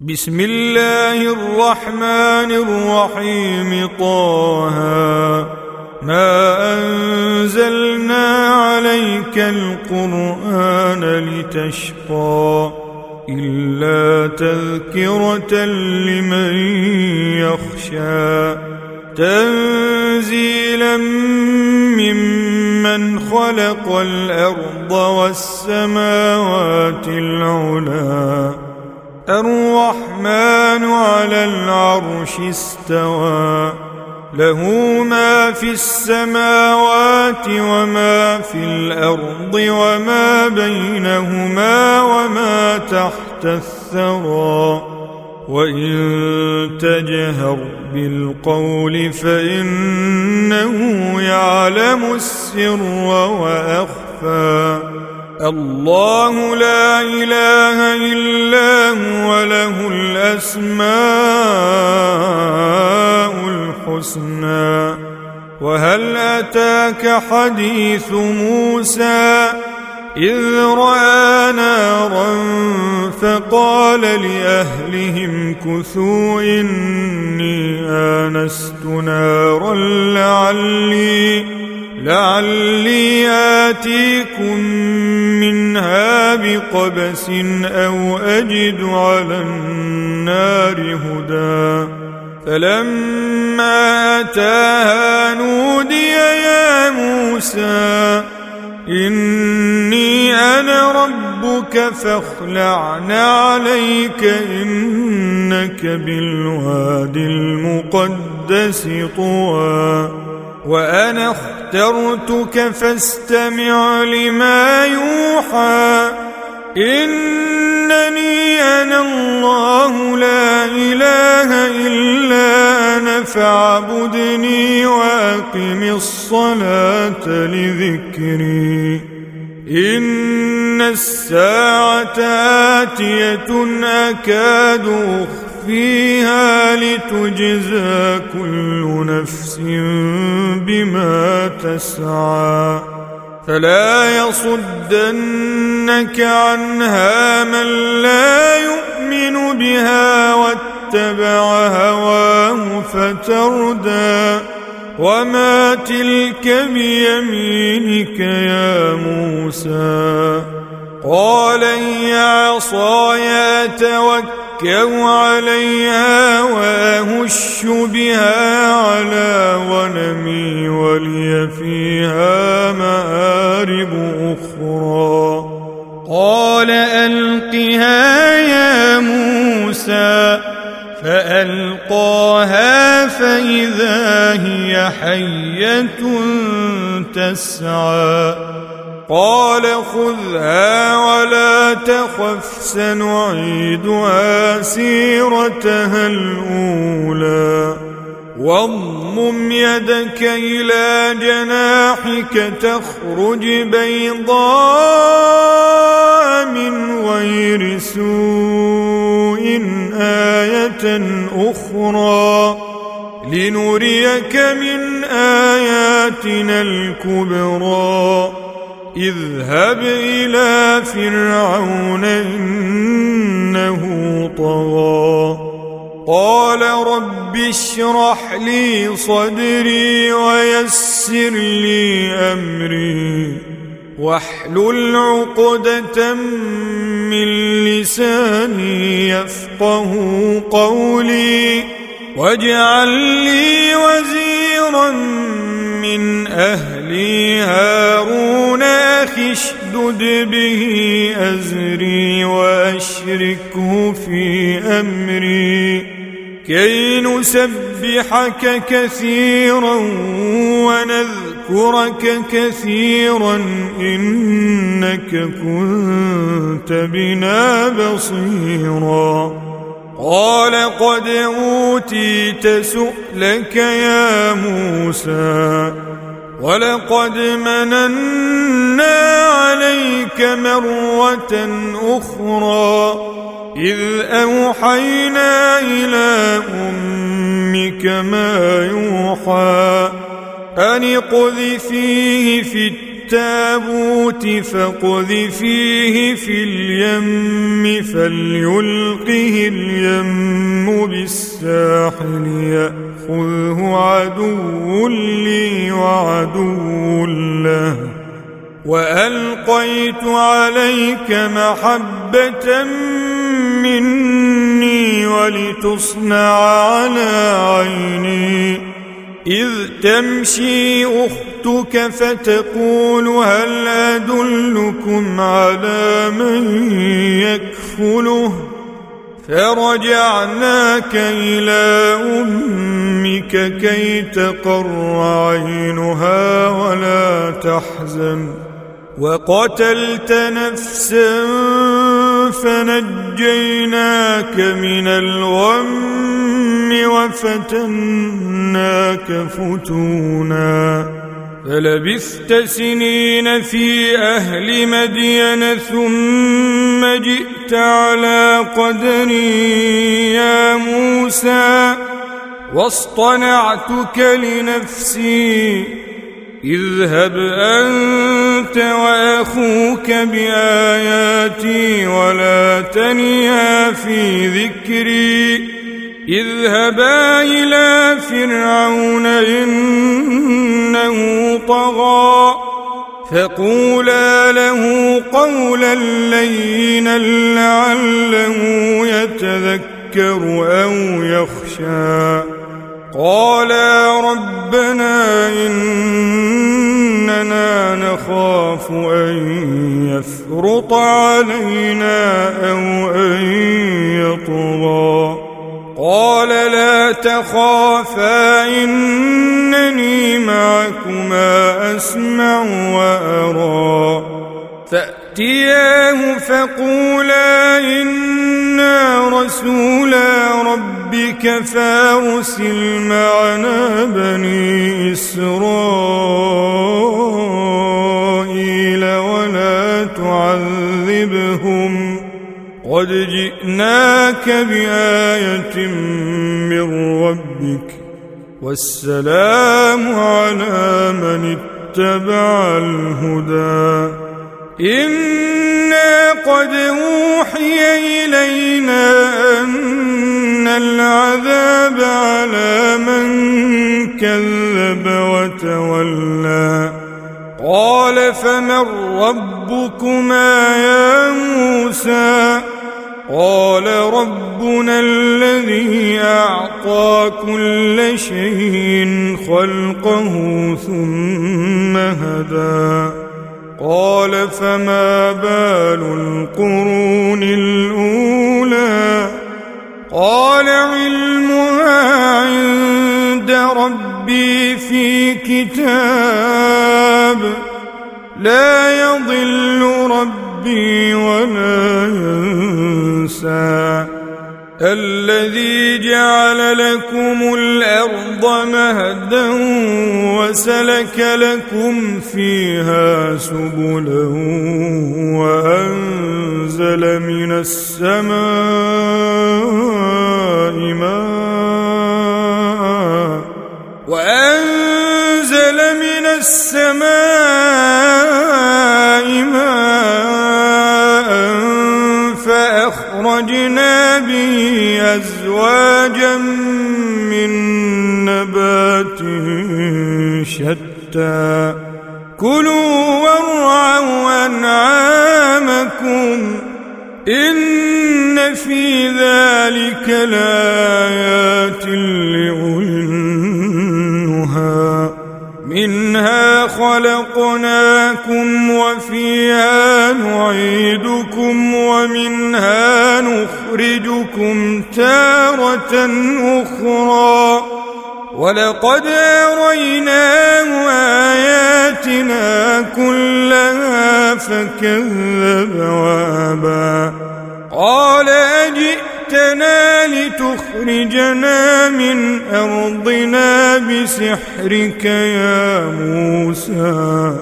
بسم الله الرحمن الرحيم. طه ما أنزلنا عليك القرآن لتشقى إلا تذكرة لمن يخشى تنزيلا ممن خلق الأرض والسماوات العلى الرحمن على العرش استوى له ما في السماوات وما في الأرض وما بينهما وما تحت الثرى وإن تجهر بالقول فإنه يعلم السر وأخفى الله لا إله إلا هو له الأسماء الحسنى. وهل أتاك حديث موسى إذ رأى نارا فقال لأهلهم كثوا إني آنست نارا لعلي آتيكم منها بقبس أو أجد على النار هدى. فلما أتاها نودي يا موسى إني أنا ربك فاخلع نعليك إنك بالوادي المقدس طوى وأنا اخترتك فاستمع لما يوحى إنني أنا الله لا إله إلا أنا فاعبدني وأقم الصلاة لذكري إن الساعة آتية أكاد أخفيها لتجزى كل نفس بما تسعى فلا يصدنك عنها من لا يؤمن بها واتبع هواه فتردى. وما تلك بيمينك يا موسى قال هي عصاي أتوكأ عليها وأهش بها على غنمي ولي فيها مآرب أخرى. قال ألقها يا موسى فألقاها فإذا هي حية تسعى قال خذها ولا تخف سنعيدها سيرتها الأولى واضمم يدك إلى جناحك تخرج بيضاء من غير سوء آية أخرى لنريك من آياتنا الكبرى. اذهب إلى فرعون إنه طغى قال رب اشرح لي صدري ويسر لي أمري واحلل عقدة من لساني يفقه قولي واجعل لي وزيرا من أهلي هارون أخي اشدد به أزري وأشركه في أمري كي نسبحك كثيرا ونذكرك كثيرا إنك كنت بنا بصيرا. قال قد أوتيت سؤلك يا موسى ولقد مننا عليك مرة أخرى إذ أوحينا إلى أمك ما يوحى أن اقذفيه في التابوت فاقذفيه في اليم فليلقه اليم بالساحل يأخذه عدو لي وعدو له وألقيت عليك محبة مني ولتصنع على عيني إذ تمشي أختك فتقول هل أدلكم على من يكفله فرجعناك إلى أمك كي تقر عينها ولا تحزن وقتلت نفسا فنجيناك من الغم وفتناك فتونا فلبثت سنين في أهل مدين ثم جئت على قدري يا موسى واصطنعتك لنفسي اذهب أنت وأخوك بآياتي ولا تنيا في ذكري اذهبا إلى فرعون إنه طغى فقولا له قولا لينا لعله يتذكر أو يخشى قالا ربنا إننا نخاف أن يفرط علينا أو أن يطغى قال لا تخافا إنني معكما أسمع وأرى فأتياه فقولا إنا رسولا ربك فارسل معنا بني إسرائيل ولا تعذبهم قد جئناك بآية من ربك والسلام على من اتبع الهدى إنا قد أوحي إلينا أن العذاب على من كذب وتولى قال فمن ربكما يا موسى قال ربنا الذي أعطى كل شيء خلقه ثم هدى قال فما بال القرون الأولى قال علمها عند ربي في كتاب لا يضل ربي ولا ينسى الذي جعل لكم الأرض مهدا وسلك لكم فيها سبلا وأنزل من السماء ماء فأخرجنا به أزواجا من نبات شتى كلوا وارعوا أنعامكم إن في ذلك لآيات لأولي النهى منها خلقناكم وفيها نعيدكم ومنها نخرجكم تارة أخرى ولقد أريناه آياتنا كلها فكذب وأبى قال أجئتنا لتخرجنا من أرضنا بسحرك يا موسى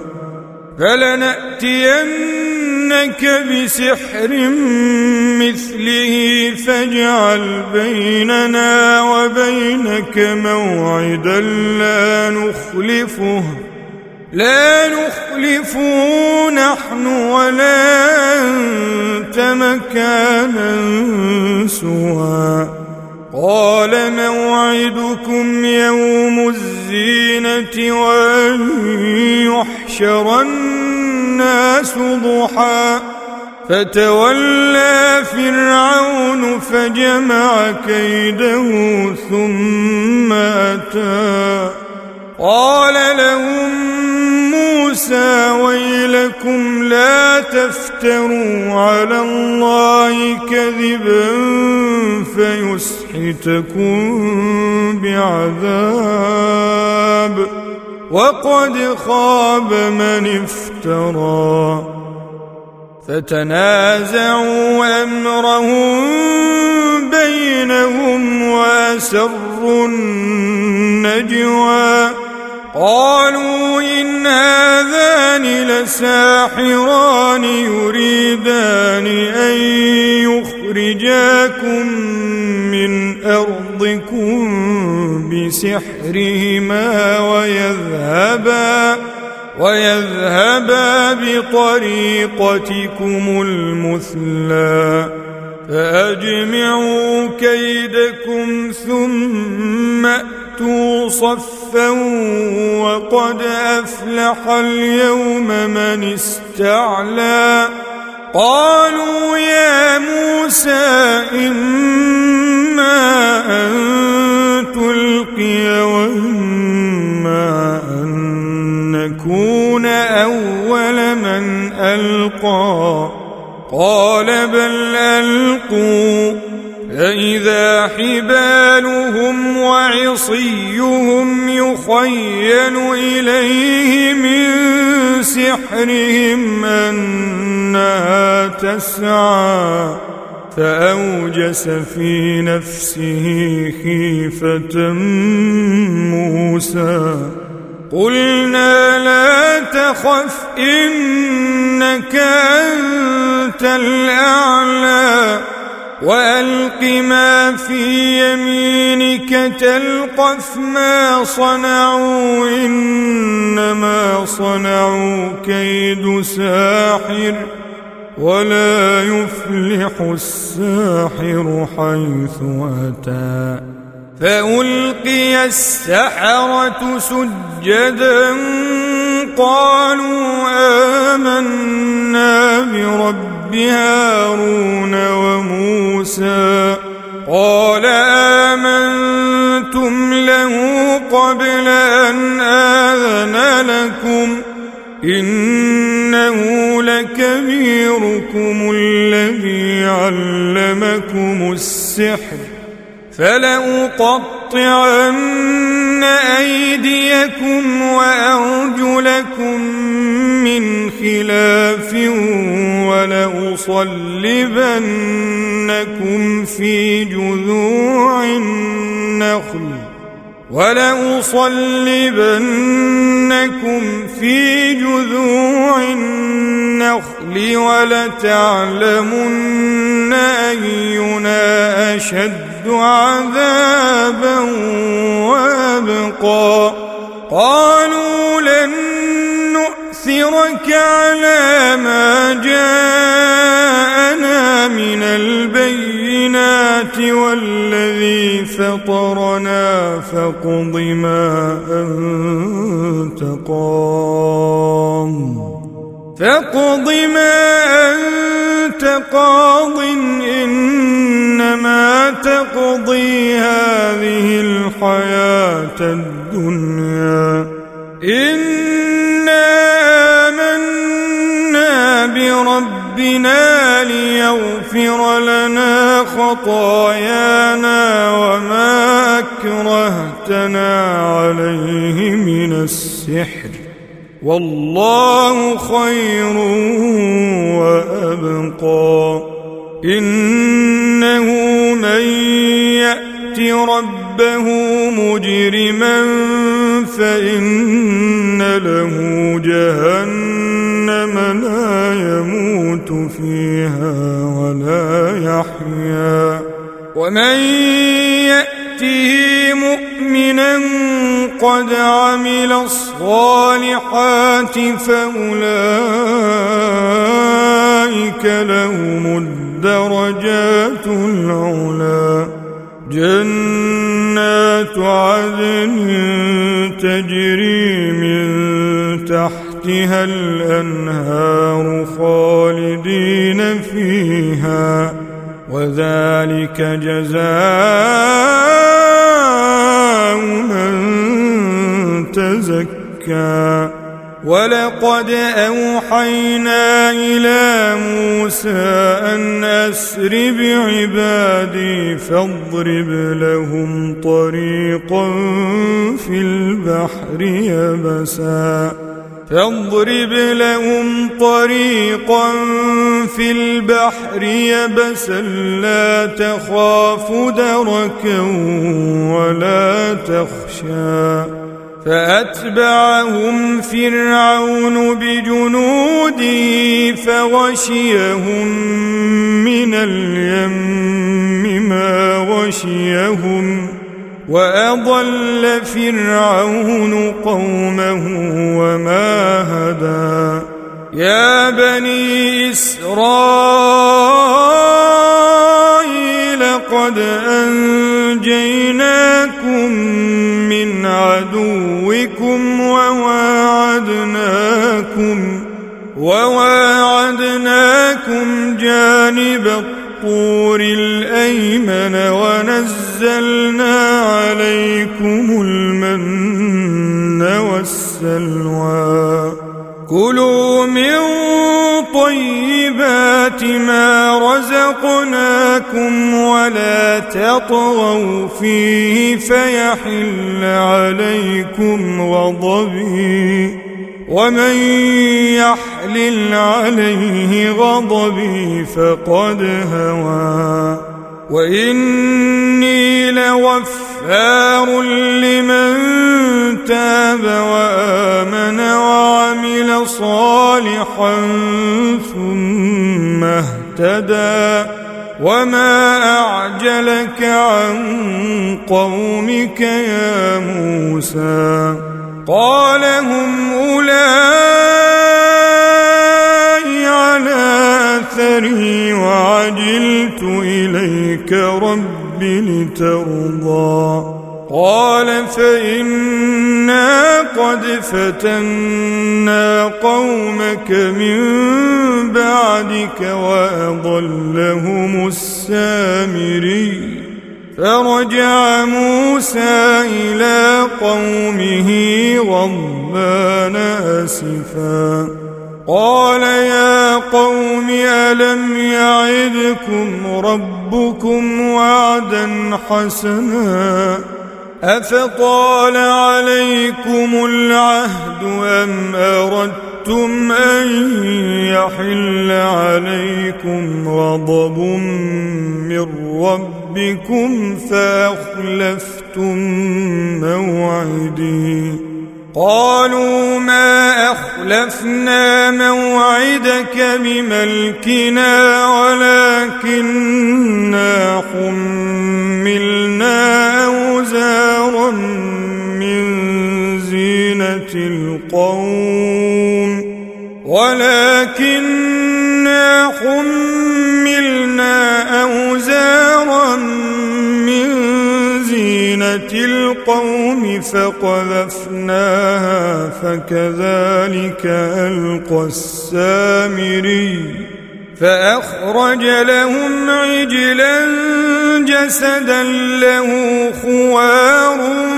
فلنأتينك بسحر مثله فاجعل بيننا وبينك موعدا لا لا نخلف نحن ولا أنت مكانا سوى قال موعدكم يوم الزينة وأن يحشر الناس ضحى فتولى فرعون فجمع كيده ثم أتى قال لهم موسى ويلكم لا تفتروا على الله كذبا فيسحتكم بعذاب وقد خاب من افترى فتنازعوا أمرهم بينهم وأسروا النجوى قالوا إن هذان لساحران يريدان أن يخرجاكم من أرضكم بسحرهما ويذهبا بطريقتكم المثلى فأجمعوا كيدكم ثم أتوا صفا وقد أفلح اليوم من استعلى قالوا يا موسى إما أن تلقي وإما أن نكون أول من ألقى قال بل ألقوا فإذا حبالهم وعصيهم يخيل إليه من سحرهم أنها تسعى فأوجس في نفسه خيفة موسى قلنا لا تخف إنك أنت الأعلى وألق ما في يمينك تلقف ما صنعوا إنما صنعوا كيد ساحر ولا يفلح الساحر حيث أتى فألقي السحرة سجدا قالوا آمنا برب هارون وموسى قال آمنتم له قبل أن آذن لكم إنه لكبيركم الذي علمكم السحر فلأقطعن أيديكم وأرجلكم من خلاف ولأصلبنكم في جذوع النخل ولتعلمن أينا أشد عذابا وأبقى قالوا لن نؤثرك على ما جاءنا من البينات والذي فطرنا فاقض ما أنت قاض إنما تقضي هذه الحياة الدنيا إنا آمنا بربنا ليغفر لنا خطايانا وما أكرهتنا عليه من السحر والله خير وأبقى إنه من يأت ربه مجرما فإن له جهنم لا يموت فيها ولا يحيا ومن يأته مؤمنا مؤمنا قد عمل الصالحات فأولئك لهم الدرجات العلى جنات عدن تجري من تحتها الأنهار خالدين فيها وذلك جزاء من تزكى ولقد أوحينا إلى موسى أن أسر بعبادي فاضرب لهم طريقا في البحر يبسا لا تخاف دركا ولا تخشى فأتبعهم فرعون بجنوده فغشيهم من اليم ما غشيهم وأضل فرعون قومه وما هدى يا بني إسرائيل قد أنجيناكم من عدوكم وواعدناكم جانب الطور الأيمن ونزلنا عليكم المن والسلوى كلوا من طيبات ما رزقناكم ولا تطغوا فيه فيحل عليكم غضبي ومن يحلل عليه غضبي فقد هوى وإني لغفار لمن تاب وآمن وعمل صالحا ثم اهتدى وما أعجلك عن قومك يا موسى قال هم أولئك على أثري وعجلت إليك رب لترضى قال فإنا قد فتنا قومك من بعدك وأضلهم السامري فرجع موسى إلى قومه غضبان أسفا قال يا قوم ألم يعدكم ربكم وعدا حسنا أفطال عليكم العهد أم أردتم أن يحل عليكم غضب من ربكم فأخلفتم موعدي قالوا ما أخلفنا موعدك بملكنا ولكننا حملنا أوزارا من زينة القوم فقذفناها فكذلك ألقى السامري فأخرج لهم عجلا جسدا له خوار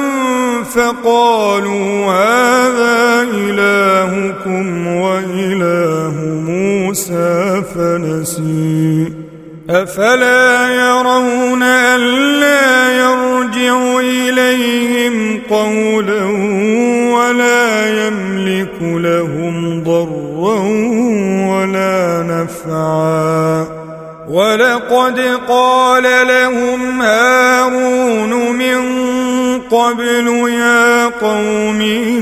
فقالوا هذا إلهكم وإله موسى فنسي أفلا يرون ألا يرجع إليهم قولا ولا يملك لهم ضرا ولا نفعا ولقد قال لهم هارون من قبل يا قوم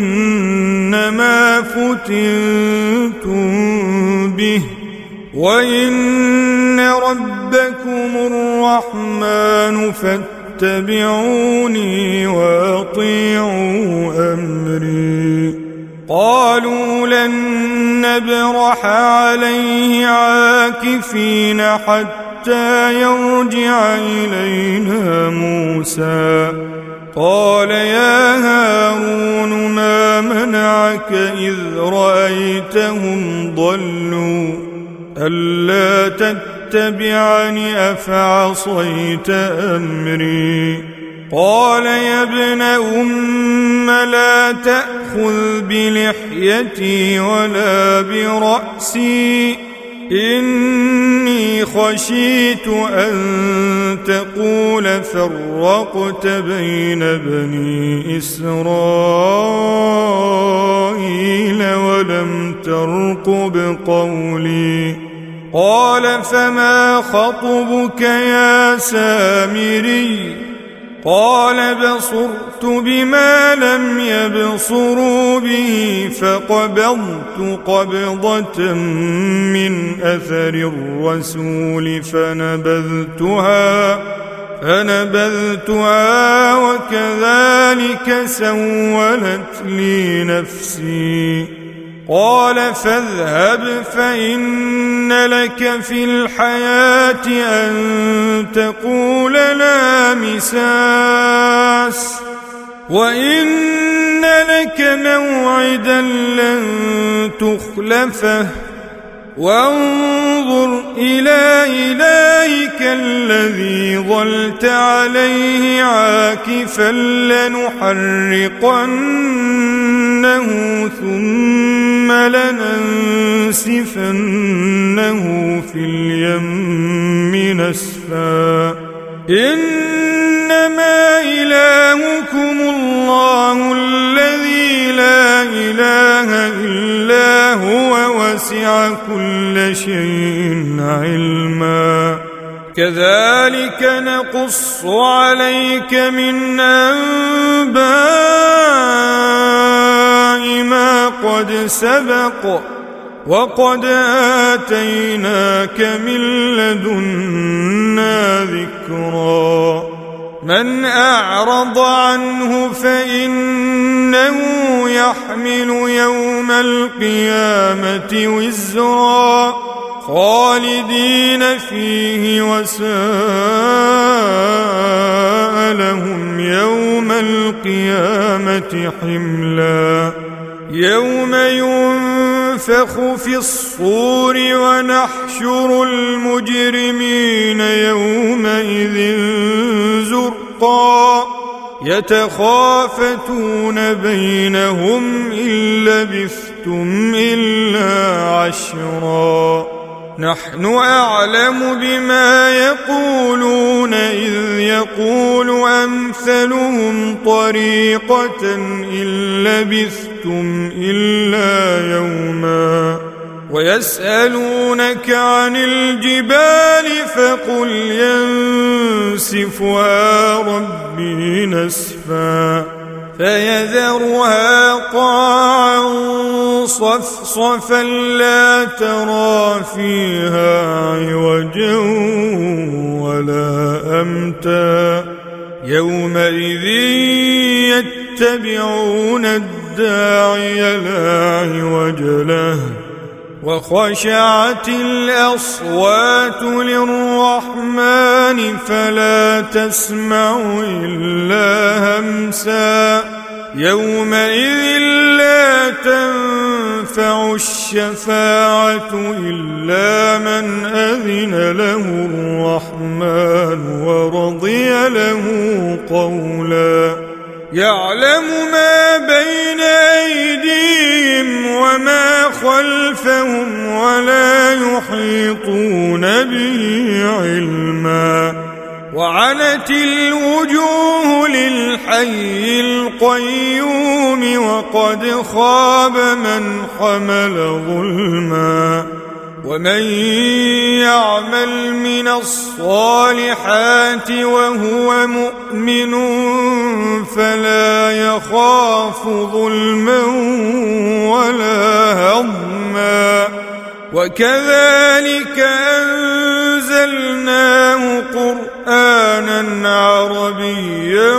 إنما فتنتم به وإن ربكم الرحمن فاتبعوني وأطيعوا أمري. قالوا لن نبرح عليه عاكفين حتى يرجع إلينا موسى. قال يا هارون ما منعك إذ رأيتهم ضلوا ألا تتبعني أفعصيت أمري. قال يا ابن لا تأخذ بلحيتي ولا برأسي إني خشيت أن تقول فرقت بين بني إسرائيل ولم ترقب قولي. قال فما خطبك يا سامري؟ قال بصرت بما لم يبصروا به فقبضت قبضة من أثر الرسول فنبذتها وكذلك سولت لي نفسي. قال فاذهب فإن لك في الحياة أن تقول لا مساس وإن لك موعدا لن تخلفه وانظر إلى إلهك الذي ظلت عليه عاكفا لنحرقنه ثم لننسفنه في اليم نسفا. إنما إلهكم الله الذي لا إله إلا هو وسع كل شيء علما. كذلك نقص عليك من أنباء ما قد سبق وقد آتيناك من لدنا ذكرا. من أعرض عنه فإنه يحمل يوم القيامة وزرا خالدين فيه وساء لهم يوم القيامة حملا. يوم ينفخ في الصور ونحشر المجرمين يومئذ زرقا يتخافتون بينهم إن لبثتم إلا عشرا. نحن أعلم بما يقولون إذ يقول أمثلهم طريقة إن لبثتم إلا يوما. ويسألونك عن الجبال فقل ينسفها ربي نسفا فيذرها قاعا صفصفا لا ترى فيها عوجا ولا أمتا. يومئذ يتبعون الداعي لا عوج له وخشعت الأصوات للرحمن فلا تسمع إلا همسا. يومئذ لا تنفع الشفاعة إلا من أذن له الرحمن ورضي له قولا. يعلم ما بين أيديهم وما خلفهم ولا يحيطون به علما. وعنت الوجوه للحي القيوم وقد خاب من حمل ظلما. ومن يعمل من الصالحات وهو مؤمن فلا يخاف ظلما ولا هضما. وكذلك أنزلناه قرآنا عربيا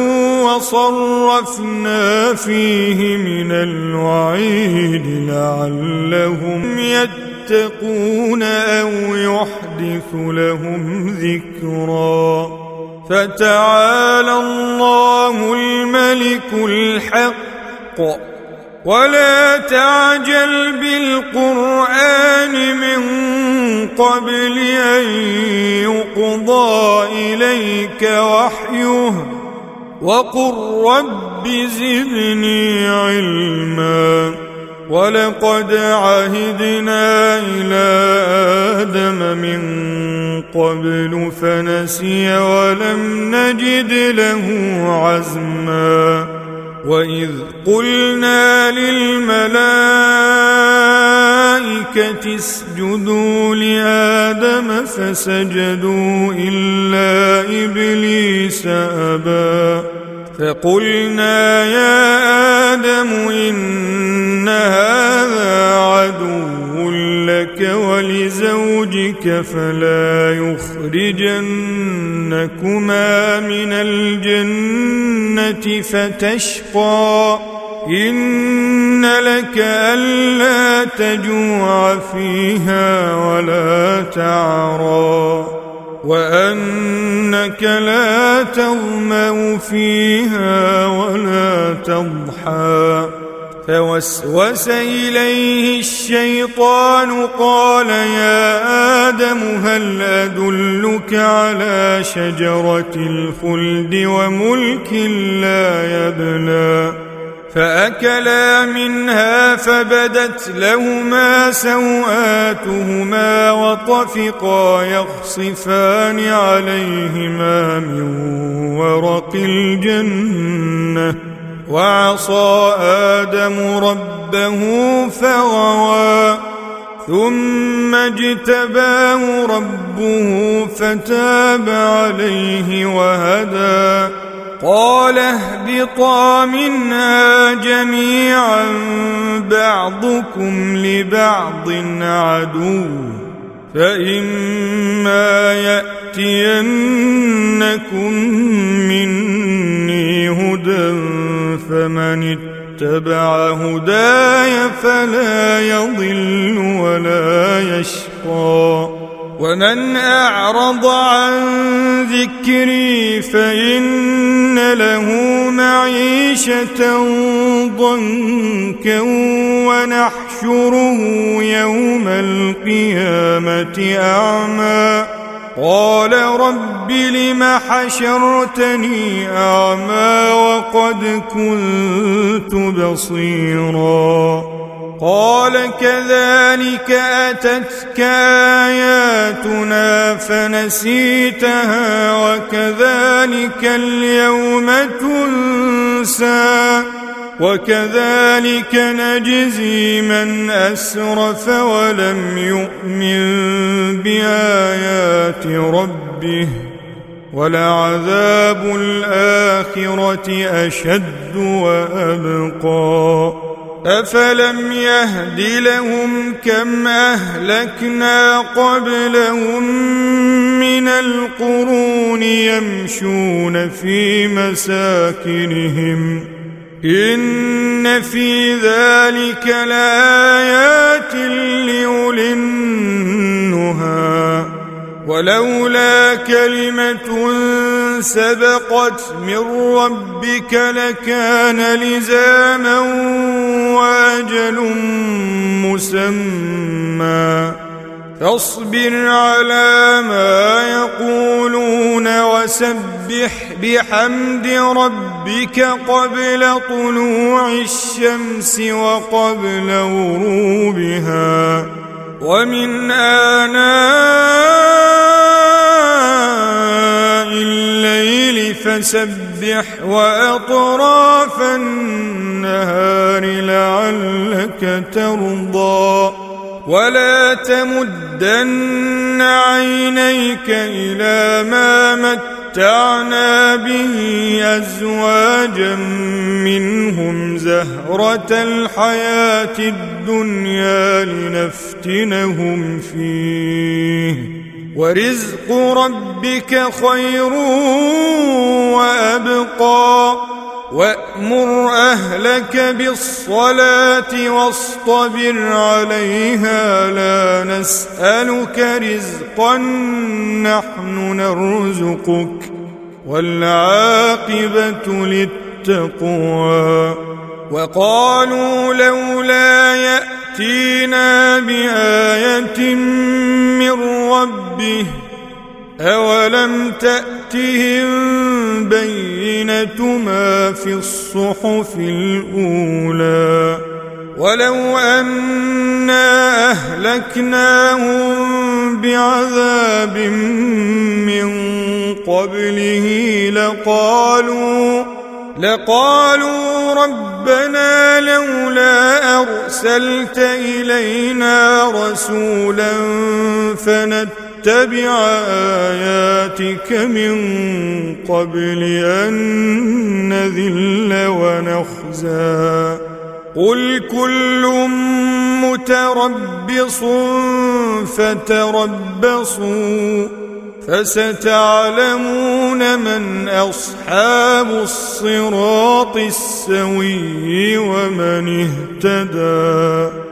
وصرفنا فيه من الوعيد لعلهم يتقون أو يحدث لهم ذكرا فتعالى الله الملك الحق ولا تعجل بالقرآن من قبل أن يقضى إليك وحيه وقل رب زدني علما ولقد عهدنا إلى آدم من قبل فنسي ولم نجد له عزما وإذ قلنا للملائكة اسجدوا لآدم فسجدوا إلا إبليس أبى فقلنا يا آدم إن هذا عدو لك ولزوجك فلا يخرجنكما من الجنة فتشقى إن لك ألا تجوع فيها ولا تعرى وأنك لا تظمأ فيها ولا تضحى فوسوس إليه الشيطان قال يا آدم هل أدلك على شجرة الخلد وملك لا يبلى فأكلا منها فبدت لهما سوآتهما وطفقا يخصفان عليهما من ورق الجنة وعصى آدم ربه فغوى ثم اجتباه ربه فتاب عليه وهدى قال اهبطا منها جميعا بعضكم لبعض عدو فإما يأتينكم مني هدى فمن اتبع هداي فلا يضل ولا يشقى ومن أعرض عن ذكري فإن له معيشة ضنكا ونحشره يوم القيامة أعمى قال رب لم حشرتني أعمى وقد كنت بصيرا قال كذلك أتتك آياتنا فنسيتها وكذلك اليوم تنسى وكذلك نجزي من أسرف ولم يؤمن بآيات ربه ولعذاب الآخرة أشد وأبقى أفلم يهد لهم كم أهلكنا قبلهم من القرون يمشون في مساكنهم إن في ذلك لآيات لأولي النهى ولولا كلمة سبقت من ربك لكان لزاما وأجل مسمى فاصبر على ما يقولون وسبح بحمد ربك قبل طلوع الشمس وقبل غروبها ومن آناء الليل فسبح وأطراف النهار لعلك ترضى ولا تمدن عينيك إلى ما متعنا به أزواجا منهم زهرة الحياة الدنيا لنفتنهم فيه ورزق ربك خير وأبقى وأمر أهلك بالصلاة واصطبر عليها لا نسألك رزقا نحن نرزقك والعاقبة للتقوى وقالوا لولا يأتينا بآية من ربه أولم تأتهم بينة ما في الصحف الأولى ولو أنا أهلكناهم بعذاب من قبله لقالوا ربنا لولا أرسلت إلينا رسولا فنتبع آياتك من قبل أن نذل ونخزى قل كل متربص فتربصوا فستعلمون من أصحاب الصراط السوي ومن اهتدى.